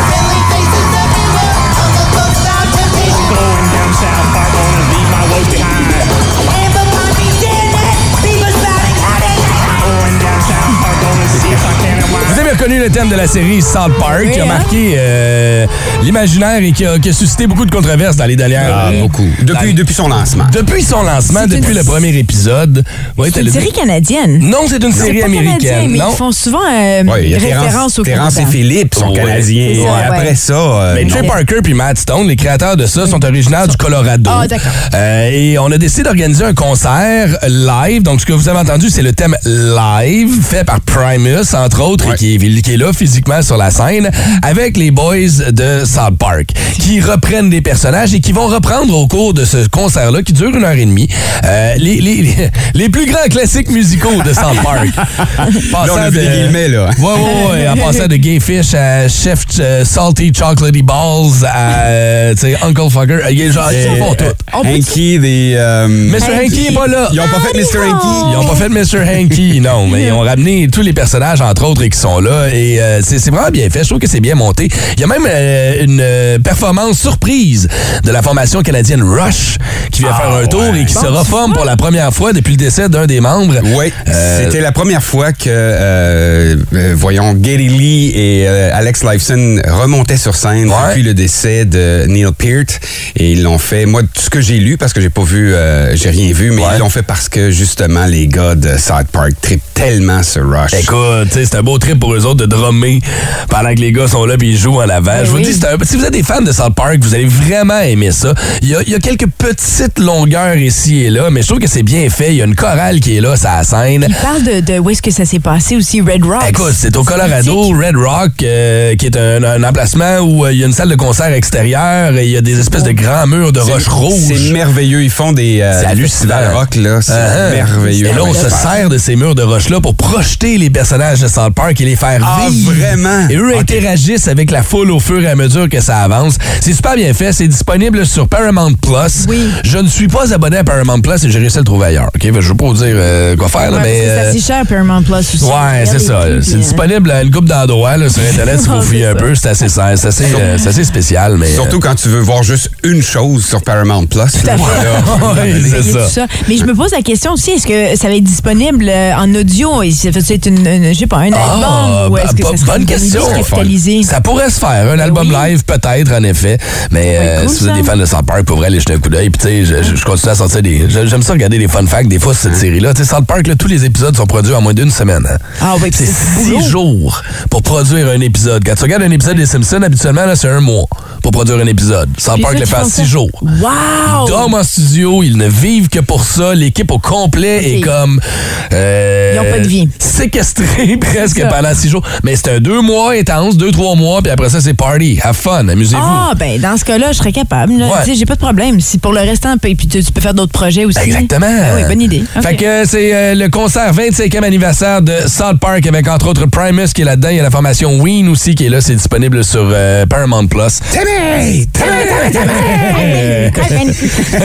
Going down south, I'm gonna leave my woes behind. Going down south, I'm gonna see if I can unwind. Vous avez reconnu connu le thème de la série South Park, Oui, qui a hein? marqué euh, l'imaginaire et qui a, qui a suscité beaucoup de controverses dans les dernières... Ah, beaucoup. Depuis, dans- depuis son lancement. Depuis son lancement, C'est depuis une- le premier épisode. Ouais, C'est t'as une le- série canadienne. Non, c'est une C'est série pas américaine. canadien, mais non. ils font souvent euh, Ouais, il y a référence Terrence, au Terrence et Canada. Philippe sont Ouais. canadiens. C'est ça, Et après ouais. ça, euh, Mais non. Trey Parker puis Matt Stone, les créateurs de ça, sont originaires du Colorado. Ah, d'accord. Euh, et on a décidé d'organiser un concert live. Donc, ce que vous avez entendu, c'est le thème live fait par Primus, entre autres, Ouais. et qui est, qui est là physiquement sur la scène, avec les boys de South Park, qui reprennent des personnages et qui vont reprendre au cours de ce concert-là, qui dure une heure et demie, euh, les, les, les, les plus grands classiques musicaux de South Park. Là, on a vu des guillemets, là. Ouais, ouais, ouais. En passant de Gay Fish à Chef euh, Salty Chocolatey Balls à euh, tu sais, Uncle Fucker. Il y a genre, ils font tout. Hanky, des... euh, mister Hanky est pas là. Ils ont pas fait mister Hanky. Ils ont pas fait mister Hanky, non, mais ils ont ramené tous les personnages, entre autres, et qui sont là. Et euh, c'est c'est vraiment bien fait. Je trouve que c'est bien monté. Il y a même euh, une euh, performance surprise de la formation canadienne Rush qui vient Ah, faire un tour ouais. et qui Bon, se tu reforme vois. pour la première fois depuis le décès d'un des membres. Oui, Euh, c'était la première fois que, euh, euh, voyons, Geddy Lee et euh, Alex Lifeson remontaient sur scène Ouais. depuis le décès de Neil Peart. Et ils l'ont fait, moi, tout ce que j'ai lu, parce que j'ai pas vu, euh, j'ai rien vu, mais Ouais. ils l'ont fait parce que, justement, les gars de South Park trippent tellement sur Rush. Écoute, tu sais, c'est un beau trip pour eux autres de drummer pendant que les gars sont là puis ils jouent en avant. Ben Je vous oui. dis, c'est un- si vous êtes des fans de South Park, vous allez vraiment aimer ça. Il y a, il y a quelques petites longueurs ici et là, mais je trouve que c'est bien fait. Il y a une chorale qui est là, ça la scène. Il parle de, de où est-ce que ça s'est passé aussi, Red Rock. Écoute, c'est au Colorado, Red Rock, euh, qui est un, un emplacement où euh, il y a une salle de concert extérieure et il y a des espèces de grands murs de roches rouges. C'est merveilleux. Ils font des, euh, C'est des hallucinant. festivals rock, là. C'est Uh-huh. merveilleux. Et là, on se sert de ces murs de roches-là pour projeter les personnages de South Park et les faire Ah, vivre. vraiment? Et eux Ok. interagissent avec la foule au fur et à mesure que ça avance. C'est super bien fait. C'est disponible sur Paramount Plus. Oui. Je ne suis pas abonné à Paramount Plus et j'ai réussi à le trouver ailleurs. OK? Je ne vais pas vous dire euh, quoi faire, là, Ouais, mais... parce que euh, c'est assez cher, Paramount Plus aussi. Ouais, c'est ça. Regardez, C'est puis, disponible à une couple d'endroits là, sur Internet si Non, vous fouillez c'est un ça. peu. C'est assez, c'est assez, euh, c'est assez spécial, mais... Surtout quand tu veux voir juste une chose sur Paramount Plus. à là. fait. Oui, c'est payer ça. tout ça. Mais je me pose la question aussi, est-ce que ça va être disponible euh, en audio? Et ça fait être une, une- je sais pas, un album? Ou est-ce que bo- ça serait bonne une question. idée capitalisée? Ça pourrait se faire. Un album oui. live, peut-être, en effet. Mais Ouais, euh, cool, si vous êtes ça. des fans de South Park, pour vrai, aller jeter un coup d'œil. Puis, tu sais, je, je- je continue à sortir des. je- J'aime ça regarder des fun facts, des fois, sur cette série-là. Tu sais, South Park, là, tous les épisodes sont produits en moins d'une semaine. hein. Ah oui, puis C'est c'est six boulot. jours pour produire un épisode. Quand tu regardes un épisode des Simpsons, habituellement, là, c'est un mois pour produire un épisode. South Puis Park ça, le tu fait en penses six ça? jours. Wow! Ils dorment en studio, ils ne vivent que pour ça. L'équipe au complet Ok. est comme. euh, Ils ont pas de vie. Séquestrés presque ça. pendant six jours. Mais c'est un deux mois intense, deux, trois mois, puis après ça, c'est party. Have fun, amusez-vous. Ah, ben, dans ce cas-là, je serais capable. là. Ouais. Tu sais, j'ai pas de problème. Si pour le restant, puis puis tu, tu peux faire d'autres projets aussi. Exactement. Ah oui, bonne idée. Ok. Fait que euh, c'est euh, le concert vingt-cinquième anniversaire de South Park avec entre autres Primus qui est là-dedans. Il y a la formation Ween aussi qui est là. C'est disponible sur euh, Paramount Plus. Timmy! Timmy! Timmy! Timmy!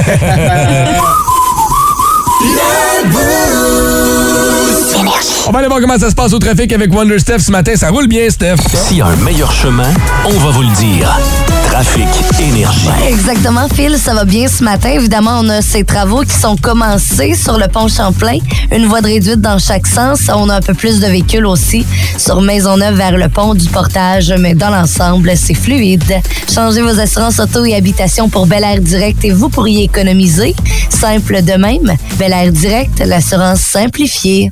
On va aller voir comment ça se passe au trafic avec Wonder Steph ce matin. Ça roule bien, Steph. S'il y a un meilleur chemin, on va vous le dire. Trafic Énergie. Exactement, Phil, ça va bien ce matin. Évidemment, on a ces travaux qui sont commencés sur le pont Champlain. Une voie de réduite dans chaque sens. On a un peu plus de véhicules aussi sur Maisonneuve vers le pont du Portage, mais dans l'ensemble, c'est fluide. Changez vos assurances auto et habitation pour Bel Air Direct et vous pourriez économiser. Simple de même. Bel Air Direct, l'assurance simplifiée.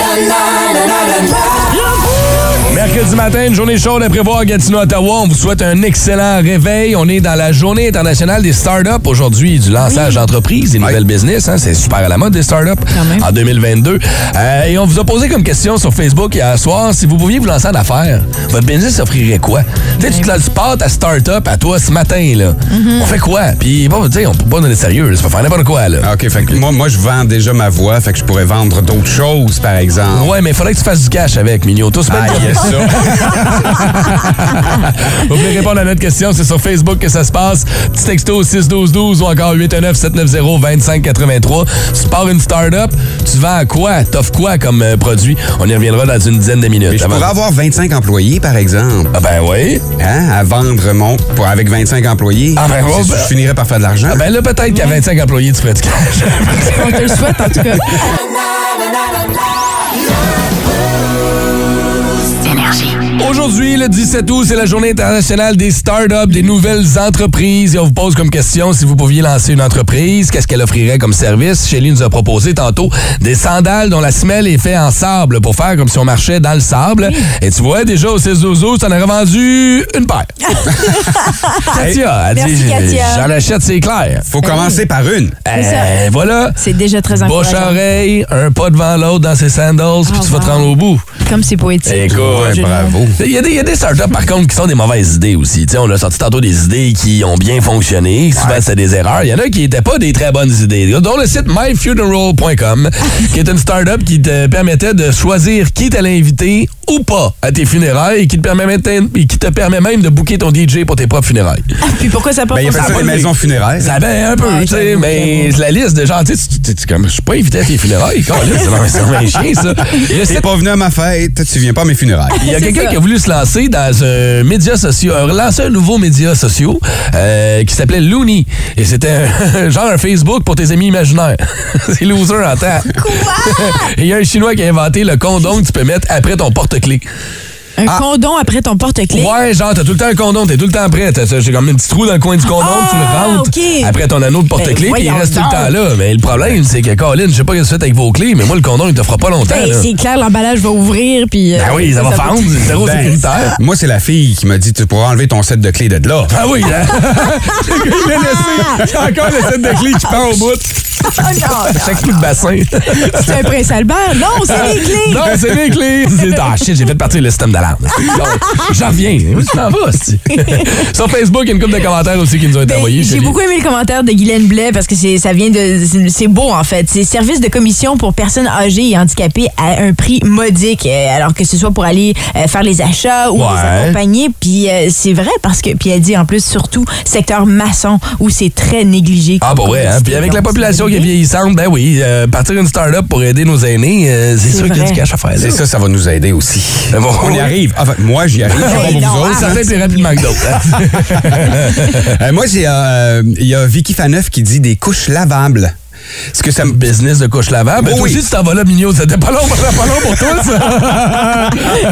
Mercredi matin, une journée chaude à prévoir à Gatineau, Ottawa. On vous souhaite un excellent réveil. On est dans la journée internationale des startups aujourd'hui, du lançage d'entreprises, des nouvelles business. Hein, c'est super à la mode des startups en deux mille vingt-deux. Euh, et on vous a posé comme question sur Facebook hier soir, si vous pouviez vous lancer en affaires, votre business offrirait quoi? Tu sais, tu te lances pas ta startup à toi ce matin, là. On fait quoi? Puis, bon, tu sais, on peut pas donner sérieux, là. C'est pas faire n'importe quoi, là. OK, fait que moi, moi, je vends déjà ma voix, fait que je pourrais vendre d'autres choses, par exemple. Ouais, mais il faudrait que tu fasses du cash avec, Mignon. Tous Ah, il y a ça. Vous pouvez répondre à notre question, c'est sur Facebook que ça se passe. Petit texto au six douze douze ou encore huit un neuf sept neuf zéro deux cinq huit trois. Tu pars une start-up, tu vends quoi? T'offres quoi comme euh, produit? On y reviendra dans une dizaine de minutes. Mais je Avant- pourrais avoir vingt-cinq employés, par exemple. Ah ben oui. Hein? À vendre mon... Pour, avec vingt-cinq employés. Ah ben, C'est- ouais, ben- je finirais par faire de l'argent. Ah ben là, peut-être qu'à vingt-cinq employés, tu ferais du cash. On te le souhaite, en tout cas. Énergie. Aujourd'hui, le dix-sept août, c'est la journée internationale des startups, des nouvelles entreprises. Et on vous pose comme question, si vous pouviez lancer une entreprise, qu'est-ce qu'elle offrirait comme service? Shelly nous a proposé tantôt des sandales dont la semelle est faite en sable pour faire comme si on marchait dans le sable. Et tu vois, déjà au seize douze août, t'en aurais vendu une paire. Katia, elle Merci, dit, Katia. j'en achète, c'est clair. Faut commencer par une. C'est ça. Euh, voilà. C'est déjà très Bouche à encourageant. oreille, un pas devant l'autre dans ses sandals, puis Oh, tu vas te wow. rendre au bout. Comme c'est poétique. Écoute, Ouais, bravo. Il y, a des, il y a des startups, par contre, qui sont des mauvaises idées aussi. T'sais, on a sorti tantôt des idées qui ont bien fonctionné. Souvent, Ouais. c'était des erreurs. Il y en a qui n'étaient pas des très bonnes idées. Dont le site my funeral point com, qui est une startup qui te permettait de choisir qui t'allais inviter ou pas à tes funérailles et qui te permet, même- qui te permet même de booker ton D J pour tes propres funérailles. Puis pourquoi ça n'a pas Ben, il appelle fonctionné? ça des maisons funéraires. Ça ben un peu, Ouais, tu sais, j'avoue, mais j'avoue. la liste de gens, tu sais, tu- tu- tu- comme, je suis pas invité à tes funérailles, câlisse, c'est vraiment- c'est vraiment un chien, ça. Le T'es site pas venu à ma fête, tu viens pas à mes funérailles. Il y a C'est quelqu'un ça. qui a voulu se lancer dans un média social, euh, lancer un nouveau média social euh, qui s'appelait Looney. Et c'était un, genre un Facebook pour tes amis imaginaires. C'est loser en temps. Quoi? Et il y a un Chinois qui a inventé le condom que tu peux mettre après ton porte-clés. Un Ah. condom après ton porte-clés? Ouais, genre, t'as tout le temps un condom, t'es tout le temps prêt. T'as- J'ai comme un petit trou dans le coin du condom, Ah, tu le rentres ok. après ton anneau de porte-clés, Ben, puis il voyons reste tout le donc. temps là. Mais le problème, c'est que, Colin, je sais pas ce que tu fais avec vos clés, mais moi, le condom, il te fera pas longtemps. Ben, là. c'est clair, l'emballage va ouvrir, puis... euh, Ben oui, ça va peut- fendre, c'est zéro Ben, sécuritaire. moi, c'est la fille qui m'a dit tu pourras enlever ton set de clés de là. Ah oui, hein? Il l'a laissé. C'est encore le set de clés qui pend au bout. Oh non, Chaque coup de bassin. c'est un prince Albert. Non, c'est les clés. Non, c'est les clés. C'est- Ah shit, j'ai fait partir le système d'alarme. J'en reviens. Où tu t'en vas, c'ti? Sur Facebook, il y a une couple de commentaires aussi qui nous ont été Ben, envoyés. j'ai Chélie. beaucoup aimé le commentaire de Guylaine Blais parce que c'est ça vient de c'est- c'est beau en fait. C'est service de commission pour personnes âgées et handicapées à un prix modique, euh, alors que ce soit pour aller euh, faire les achats ou Ouais. les accompagner. Puis euh, c'est vrai parce que puis elle dit en plus surtout secteur maçon où c'est très négligé. Ah, bah ouais, hein? Puis avec la Donc, population c'est qui est bien. vieillissante, ben oui, euh, partir une start-up pour aider nos aînés, euh, c'est C'est sûr qu'il y a vrai. du cash à faire. là. C'est ça, ça va nous aider aussi. Ben bon, On y oui. arrive. Enfin, moi, j'y arrive. Je sais pas Hey, pour non, vous autres. ah, Certains plus rapidement que d'autres. hein. Euh, moi, j'ai, euh, il y a Vicky Faneuf qui dit des couches lavables. Est-ce que ça me... Business de couche lavable. Ben, Oh toi oui. aussi, tu t'en vas là, Mignot. C'était pas long, pas long pour toi, ça.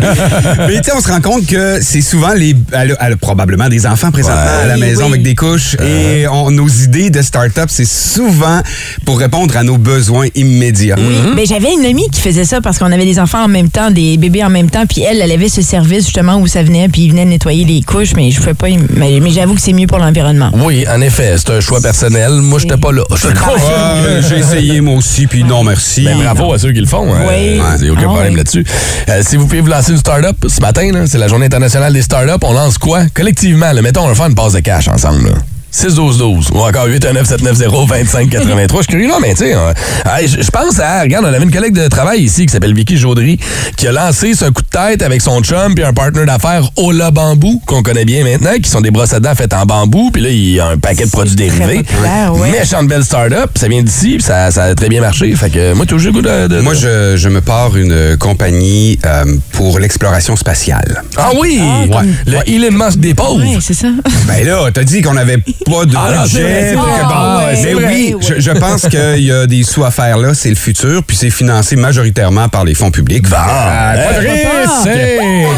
Mais tu sais, on se rend compte que c'est souvent les... Elle a, elle a probablement des enfants présentement Ouais. à la Oui, maison oui. avec des couches. Et on- nos idées de start-up, c'est souvent pour répondre à nos besoins immédiats. Mm-hmm. Ben, j'avais une amie qui faisait ça parce qu'on avait des enfants en même temps, des bébés en même temps, puis elle, elle avait ce service justement où ça venait, puis ils venaient nettoyer les couches, mais je pouvais pas. im- Mais, mais j'avoue que c'est mieux pour l'environnement. Oui, en effet, c'est un choix personnel. Moi, j'étais pas là. Je te confirme. Euh, j'ai essayé moi aussi, puis non merci. Ben, bravo à ceux qui le font. hein. Oui. Il n'y a aucun Ah problème oui. là-dessus. Euh, si vous pouvez vous lancer une start-up ce matin, là, c'est la journée internationale des start-up. On lance quoi? Collectivement, là, mettons, on va faire une passe de cash ensemble. là. six douze douze ou encore huit un neuf sept neuf zéro deux cinq huit trois. Je suis curieux, là, mais tu sais, euh, hey, je je pense à, regarde, on avait une collègue de travail ici qui s'appelle Vicky Jaudry qui a lancé ce coup de tête avec son chum puis un partner d'affaires Ola Bambou, qu'on connaît bien maintenant, qui sont des brosses à dents faites en bambou, puis là, il y a un paquet de produits dérivés. populaire, ouais. Méchante belle start-up, ça vient d'ici, puis ça, ça a très bien marché. Fait que moi, toujours le goût de... de- Moi, je, je me pars une compagnie euh, pour l'exploration spatiale. Ah oui! Ouais. Le Elon Musk des pauvres. Oui, c'est ça. Ben là, t'as dit qu'on avait pas de Ah non, c'est vrai, budget. c'est puis vrai. que bon, Ah ouais, mais c'est oui, vrai. je, je pense qu'il y a des sous à faire là, c'est le futur, puis c'est financé majoritairement par les fonds publics. Ah, pas de risque! c'est...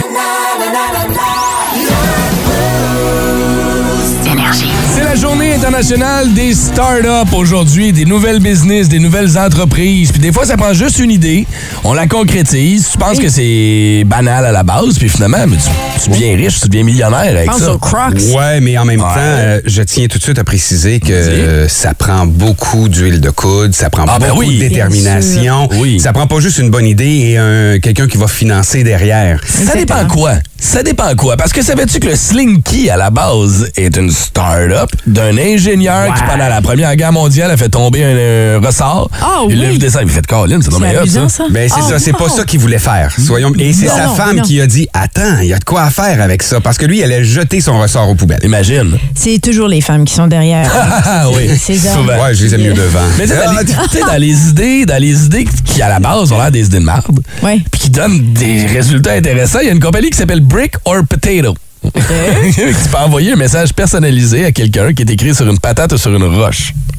C'est la journée internationale des startups aujourd'hui, des nouvelles business, des nouvelles entreprises. Puis des fois, ça prend juste une idée, on la concrétise, tu penses que c'est banal à la base, puis finalement, mais tu, tu deviens riche, tu deviens millionnaire avec Pense ça. aux Crocs. Ouais, mais en même Ouais. temps, euh, je tiens tout de suite à préciser que Vas-y. euh, ça prend beaucoup d'huile de coude, ça prend Ah, ben beaucoup oui. de détermination. Bien sûr. Oui. Ça prend pas juste une bonne idée et un, quelqu'un qui va financer derrière. Ça dépend quoi? Ça dépend quoi? Parce que savais-tu que le Slinky, à la base, est une start-up d'un ingénieur qui, pendant la Première Guerre mondiale, a fait tomber un, euh, ressort. Ah Il l'a oui. vu descendre. Il fait Colin, c'est C'est dommage amusant, ça. ça. Ben c'est Oh, ça, c'est pas non. ça qu'il voulait faire. Soyons et c'est Non, sa non, femme non. qui a dit "Attends, il y a de quoi à faire avec ça" parce que lui, elle a jeté son ressort aux poubelles. Imagine. C'est toujours les femmes qui sont derrière. Ah oui, C'est ça. souvent. Ouais, je les ai mieux devant. Mais tu sais, dans Ah, les, tu sais, dans les idées, dans les idées qui, à la base, ont l'air des idées de marde, Ouais. puis qui donnent des résultats intéressants, il y a une compagnie qui s'appelle Brick or Potato. tu peux envoyer un message personnalisé à quelqu'un qui est écrit sur une patate ou sur une roche.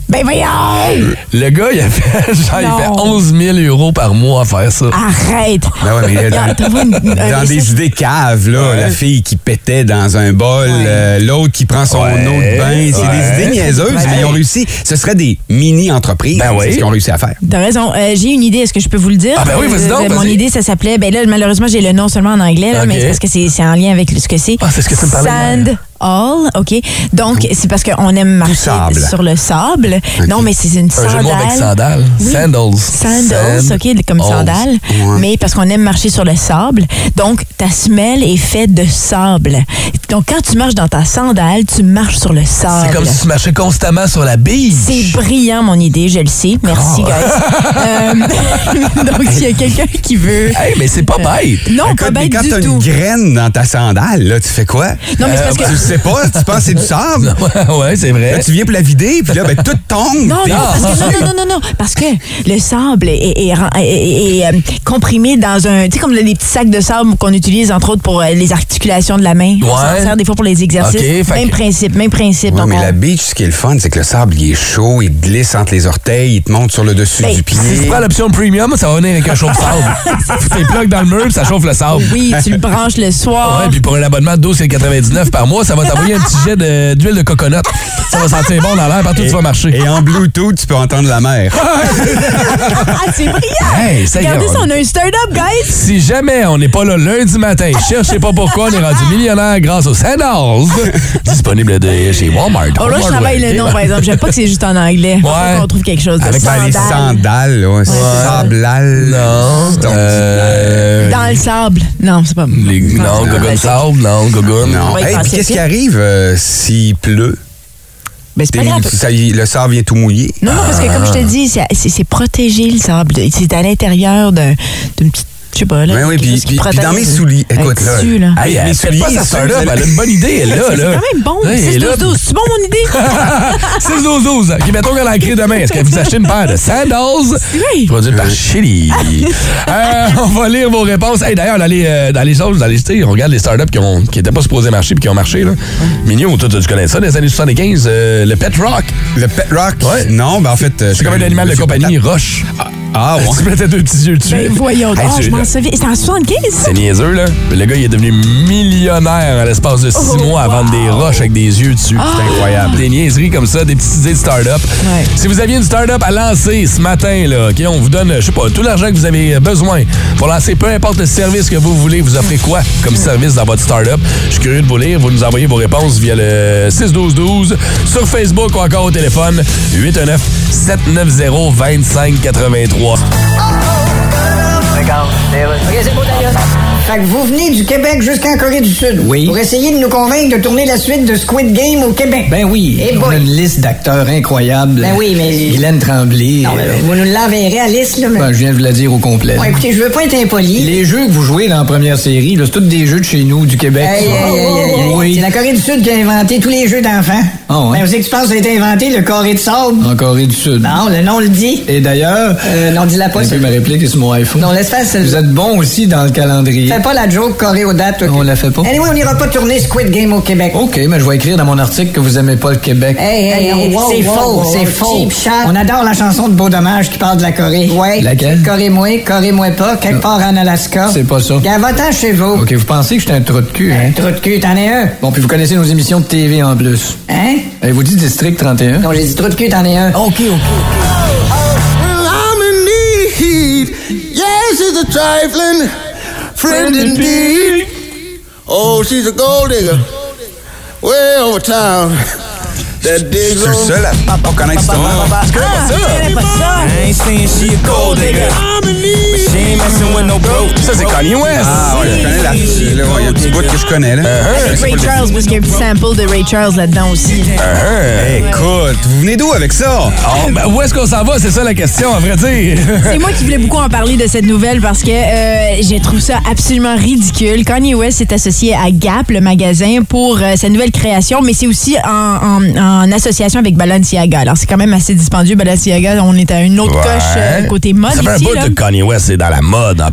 Ben voyons! Le gars, il a fait, genre, Non. il fait onze mille euros par mois à faire ça. Arrête! Ben ouais, mais dans, T'envoies une- un dans des message. idées caves, là, Ouais. la fille qui pétait dans un bol, euh, l'autre qui prend son Ouais. eau de bain, c'est Ouais. des idées niaiseuses, Ouais. mais ils ont réussi. Ce serait des mini-entreprises. Ben oui. C'est ce qu'ils ont réussi à faire. T'as raison. Euh, j'ai une idée. Est-ce que je peux vous le dire? Ah ben oui, vas-y donc, Euh, Mon vas-y. idée, ça s'appelait... Ben là, malheureusement, j'ai le nom seulement en anglais, là, Ok. mais c'est parce que c'est c'est en lien avec ce que c'est. Ah, c'est ce que tu me parlais Sand hier. Hall, OK. Donc, c'est parce qu'on aime marcher sable. sur le sable. Non, mais c'est une Un sandale. jeu de mots avec sandales. Oui. Sandals. Sandals, Sand- OK, comme Halls. sandales. Ouais. Mais parce qu'on aime marcher sur le sable. Donc, ta semelle est faite de sable. Donc, quand tu marches dans ta sandale, tu marches sur le sable. C'est comme si tu marchais constamment sur la beach. C'est brillant, mon idée, je le sais. Merci, Ah. guys. Euh, donc, s'il y a quelqu'un qui veut... Hey, mais c'est pas bête. Non, Écoute, pas mais bête quand du t'as tout. une graine dans ta sandale, là, tu fais quoi? Non, mais c'est parce Tu que... le sais pas, tu penses que c'est du sable. ouais, c'est vrai. Là, tu viens pour la vider, puis là, ben, tout tombe. Non, T'es non, parce que, non, non, non, non, non, parce que le sable est, est- est ren- est- est, euh, comprimé dans un, tu sais, comme les petits sacs de sable qu'on utilise, entre autres, pour euh, les articulations de la main. On s'en Ouais. sert des fois pour les exercices. Ok, fait même que- principe, même principe. Ouais, Donc, mais on- la beach, ce qui est le fun, c'est que le sable, il est chaud, il glisse entre les orteils, il te monte sur le dessus Ben, du pied. Si tu prends l'option premium, ça va venir avec un chauffe-sable. Tu les plugs dans le mur, puis ça chauffe le sable. Oui, tu le branches le soir. Ouais, puis pour un abonnement de douze quatre-vingt-dix-neuf par mois, ça va t'envoyer un petit jet de- d'huile de coconut. Ça va sentir bon dans l'air partout où tu vas marcher. Et en Bluetooth, tu peux entendre la mer. Ah, c'est brillant! Hey, ça y est, Regardez on- ça, on a un start-up, guys! Si jamais on n'est pas là lundi matin, cherchez pas pourquoi on est rendu millionnaire grâce aux Sandals, disponible de chez Walmart. Oh là, je travaille le nom, par exemple. J'aime pas que c'est juste en anglais. Faut Ouais. qu'on trouve quelque chose de Avec ben, les sandale. sandales, là, sablal. Non. Donc, Euh, Dans le sable. Non, c'est pas... les- non, Gogun Sable, non, Gogun. Non. On va y Hey, passer puis qu'est-ce vite. qui arrive euh, s'il pleut? Ben, c'est pas T'es- grave. ça y- le sable vient tout mouillé. Non, non, parce que comme je te dis, c'est- c'est c'est protégé le sable. C'est à l'intérieur d'un- d'une petite, je sais pas, là. Oui, oui, quelque puis, chose qui puis- puis dans mes protège. souliers, Un écoute, là, tissu, là. Hey, mes elle fait souliers, pas sa ça, start-up, c'est- elle a une bonne idée, elle là, C'est là. quand même bon. Hey, six elle est là. douze douze. C'est bon, mon idée? six douze douze. OK, mettons qu'elle a la clé demain. Est-ce que vous achetez une paire de Sandals? Oui. Produit par Chili. Euh, on va lire vos réponses. Hey, d'ailleurs, dans les, euh, dans les autres, dans les, tu sais, on regarde les startups qui ont, qui étaient pas supposés marcher puis qui ont marché, là. Mignon, toi, tu connais ça, des années soixante-quinze, euh, le Pet Rock. Le pet rock? Ouais. Non, ben en fait... euh, C'est comme un animal de Monsieur compagnie, Roche. Ah, ouais. Tu mettais deux petits yeux dessus. Ben, voyons. Hey, Oh, tu- je m'en souviens. C'était en soixante-quinze? C'est niaiseux, là. Le gars, il est devenu millionnaire en l'espace de six Oh, mois à vendre des roches avec des yeux dessus. Ah. C'est incroyable. Des niaiseries comme ça, des petites idées de start-up. Ouais. Si vous aviez une start-up à lancer ce matin, là, OK, on vous donne, je sais pas, tout l'argent que vous avez besoin pour lancer peu importe le service que vous voulez. Vous offrez quoi comme service dans votre start-up? Je suis curieux de vous lire. Vous nous envoyez vos réponses via le six douze douze sur Facebook ou encore au téléphone huit un neuf, sept neuf zéro, deux cinq quatre trois. Fait que vous venez du Québec jusqu'en Corée du Sud. Oui. Pour essayer de nous convaincre de tourner la suite de Squid Game au Québec. Ben oui, Eh on boy. a une liste d'acteurs incroyables. Ben oui, mais- Guylaine Tremblay. Non, mais euh, vous nous l'enverrez à liste, là. Mais... ben, je viens de vous la dire au complet. Bon, écoutez, je veux pas être impoli. Les jeux que vous jouez dans la première série, là, c'est tous des jeux de chez nous, du Québec. Hey, hey, hey, hey, hey. Oui. C'est la Corée du Sud qui a inventé tous les jeux d'enfants. Ah ouais? Ben, vous savez que tu penses que ça a été inventé, le carré de sable? En Corée du Sud. Non, le nom le dit. Et d'ailleurs, Euh, non, dis-la pas. un ça. peu ma réplique est sur mon iPhone. Non, laisse faire celle Vous êtes bon aussi dans le calendrier. Fais pas la joke carré aux dates. toi. On la fait pas. Anyway, on n'ira pas tourner Squid Game au Québec. OK, mais je vais écrire dans mon article que vous aimez pas le Québec. Hey, hey, hey, wow, c'est wow, faux, wow, c'est wow, faux. cheap shot. On adore la chanson de Beau Dommage qui parle de la Corée. Ouais. Laquelle? Corée-moi, Corée-moi pas, quelque part en Alaska. C'est pas ça. Gars, va-t'en chez vous. OK, vous pensez que j'étais un trou de cul, Un hein? trou de cul, t'en es un. Bon, puis vous connaissez nos émissions de T V en plus. Hein? Avez-vous dit District trente et un? Non, j'ai dit trou de cul, t'en es un. OK, OK. Well, I'm in need. Yes, it's a trifling friend indeed. Oh, she's a gold digger. Way over town. That digs Je suis le on. seul à pas connaître ce nom. Ah, je connais pas ça. I ain't saying she a gold digger, I'm in but need. she ain't messing with no broke. Ça, c'est Kanye West. Ah, ouais, je connais la. Là, il y a un petit bout que je connais, là. Avec Ray Charles, parce qu'il y a un petit sample de Ray Charles là-dedans aussi. Écoute, vous venez d'où avec ça? Oh, ben, où est-ce qu'on s'en va? C'est ça la question, à vrai dire. C'est moi qui voulais beaucoup en parler de cette nouvelle parce que euh, je trouve ça absolument ridicule. Kanye West s'est associé à Gap, le magasin, pour euh, sa nouvelle création, mais c'est aussi en, en- en association avec Balenciaga. Alors, c'est quand même assez dispendieux. Balenciaga, on est à une autre Ouais. coche euh, côté mode Ça fait un ici. bout là. de Kanye West, c'est dans la mode, en plus Oui, de dans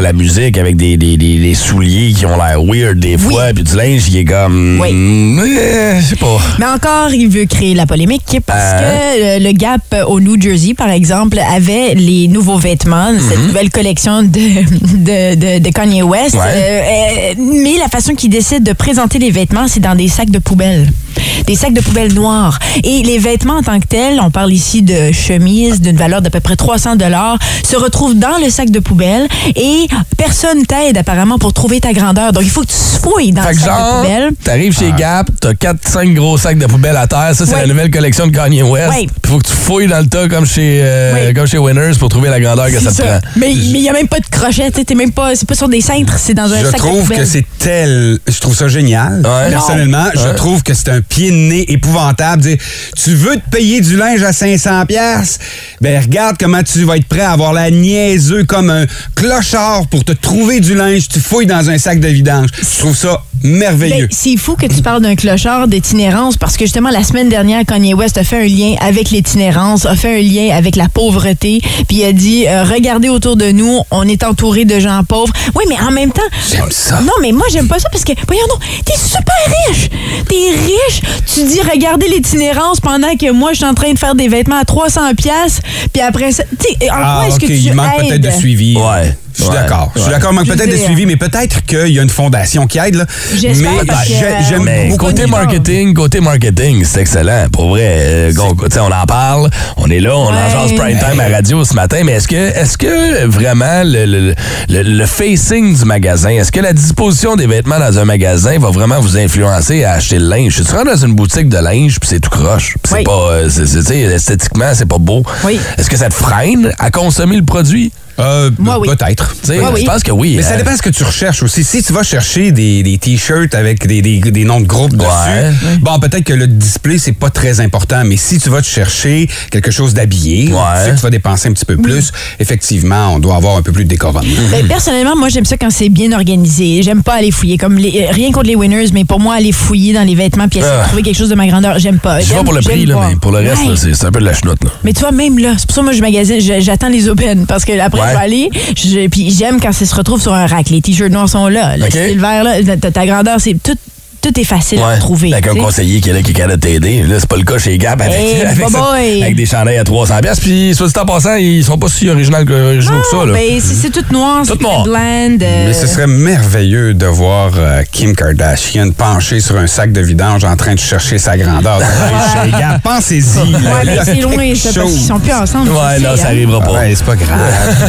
la musique avec des, des, des, des souliers qui ont l'air weird des fois, oui. puis du linge qui est comme... Oui. Euh, je sais pas. Mais encore, il veut créer la polémique parce euh... que le Gap au New Jersey, par exemple, avait les nouveaux vêtements, mm-hmm. cette nouvelle collection de, de, de, de Kanye West. Ouais. Euh, mais la façon qu'il décide de présenter les vêtements, c'est dans des sacs de poubelle. Des sacs de poubelle noirs. Et les vêtements en tant que tels, on parle ici de chemises d'une valeur d'à peu près trois cents dollars, se retrouvent dans le sac de poubelle et personne t'aide apparemment pour trouver ta grandeur. Donc, il faut que tu fouilles dans fait le sac genre, de poubelle. T'arrives chez ah. Gap, t'as quatre cinq gros sacs de poubelle à terre. Ça, c'est ouais. la nouvelle collection de Kanye West. Il ouais. faut que tu fouilles dans le tas comme chez, euh, ouais. comme chez Winners pour trouver la grandeur que ça, ça te prend. Mais il n'y a même pas de crochet. T'es même pas, c'est pas sur des cintres, c'est dans un je sac de poubelle. Je trouve que c'est tel... Je trouve ça génial. Ouais. Personnellement, ouais. je trouve que c'est un pied de nez épouvantable. Dire, tu veux te payer du linge à cinq cents piastres? Ben regarde comment tu vas être prêt à avoir la niaiseux comme un clochard pour te trouver du linge. Tu fouilles dans un sac de vidange. Je trouve ça merveilleux. Ben, c'est fou que tu parles d'un clochard d'itinérance parce que justement, la semaine dernière, Kanye West a fait un lien avec l'itinérance, a fait un lien avec la pauvreté, puis il a dit euh, regardez autour de nous, on est entouré de gens pauvres. Oui, mais en même temps... J'aime ça. Non, mais moi, j'aime pas ça parce que, voyons donc, t'es super riche. T'es riche. Tu dis regardez l'itinérance pendant que moi, je suis en train de faire des vêtements à trois cents piastres, puis après ça... En ah, quoi est-ce okay. que tu il manque aides? peut-être de suivi. Ouais. Je suis ouais, d'accord. Je suis ouais. d'accord, il manque peut-être de suivi, mais peut-être qu'il y a une fondation qui aide. Là. J'espère mais parce que j'aime mais beaucoup. Côté marketing, côté marketing, c'est excellent. Pour vrai, euh, on, on en parle, on est là, on ouais. en jase prime time à radio ce matin, mais est-ce que est-ce que vraiment le, le, le, le facing du magasin, est-ce que la disposition des vêtements dans un magasin va vraiment vous influencer à acheter le linge? Si tu rentres dans une boutique de linge, puis c'est tout croche, puis oui. c'est pas, c'est, c'est, esthétiquement, c'est pas beau. Oui. Est-ce que ça te freine à consommer le produit? Euh, Moi, oui. Peut-être. Moi, oui. Je pense que oui. Mais hein. ça dépend de ce que tu recherches aussi. Si tu vas chercher des, des t-shirts avec des, des, des noms de groupes dessus, ouais. bon, peut-être que le display, c'est pas très important. Mais si tu vas te chercher quelque chose d'habillé, ouais. tu sais que tu vas dépenser un petit peu plus, oui. effectivement, on doit avoir un peu plus de décorum. Ben, personnellement, moi, j'aime ça quand c'est bien organisé. J'aime pas aller fouiller. Comme les, rien contre les Winners, mais pour moi, aller fouiller dans les vêtements puis essayer euh. de trouver quelque chose de ma grandeur, j'aime pas. Je vois pour le prix, là, mais pour le reste, ouais. là, c'est, c'est un peu de la chenoute. Là. Mais tu vois, même là, c'est pour ça que moi, je magasine, je, j'attends les open. Parce que après, ouais. je vais aller... Je, puis j'aime quand ça se retrouve sur un rack. Les t-shirts noirs sont là. Le okay. style vert, là, ta, ta grandeur, c'est tout. Tout est facile ouais. à trouver. Avec un conseiller qui est là qui est capable de t'aider. Là, c'est pas le cas chez Gap avec, hey, avec, ça, avec des chandails à trois cents piastres. Puis, soit dit en passant, ils sont pas si originaux que, originaux que ça. Là. Ben, c'est, c'est tout noir, tout c'est noir. Blend. Euh... Mais ce serait merveilleux de voir euh, Kim Kardashian penchée sur un sac de vidange en train de chercher sa grandeur. Chez Gap. Pensez-y. Ouais, là, mais c'est loin, ça, parce qu'ils sont plus ensemble. Ouais, non, sais, ça hein. arrivera pas. Ouais, c'est pas grave.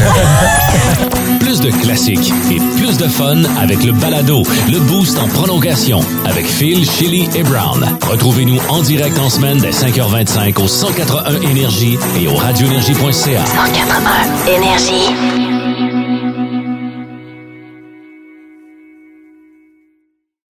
Plus de classiques et plus de fun avec le balado, le Boost en prolongation avec Phil, Chili et Brown. Retrouvez-nous en direct en semaine dès cinq heures vingt-cinq au cent quatre-vingt-un Énergie et au radio énergie point c a. cent quatre-vingt-un Énergie.